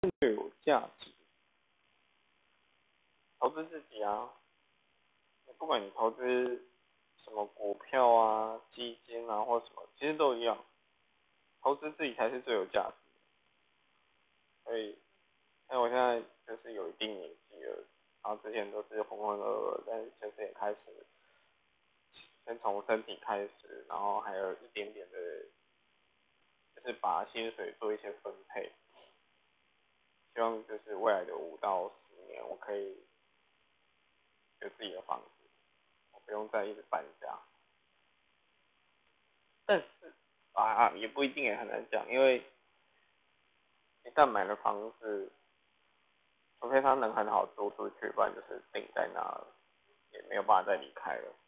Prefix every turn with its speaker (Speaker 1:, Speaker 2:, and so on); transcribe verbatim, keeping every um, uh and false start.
Speaker 1: 最有价值，投资自己啊，不管你投资什么股票啊、基金啊或什么，其实都一样，投资自己才是最有价值的。所以，因为我现在就是有一定年纪了，然后之前都是浑浑噩噩，但是现在也开始，先从身体开始，然后还有一点点的，就是把薪水做一些分配。希望就是未来的五到十年，我可以有自己的房子，我不用再一直搬家。但是啊，也不一定也很难讲，因为一旦买了房子，除非他能很好租出去，不然就是定在那，也没有办法再离开了。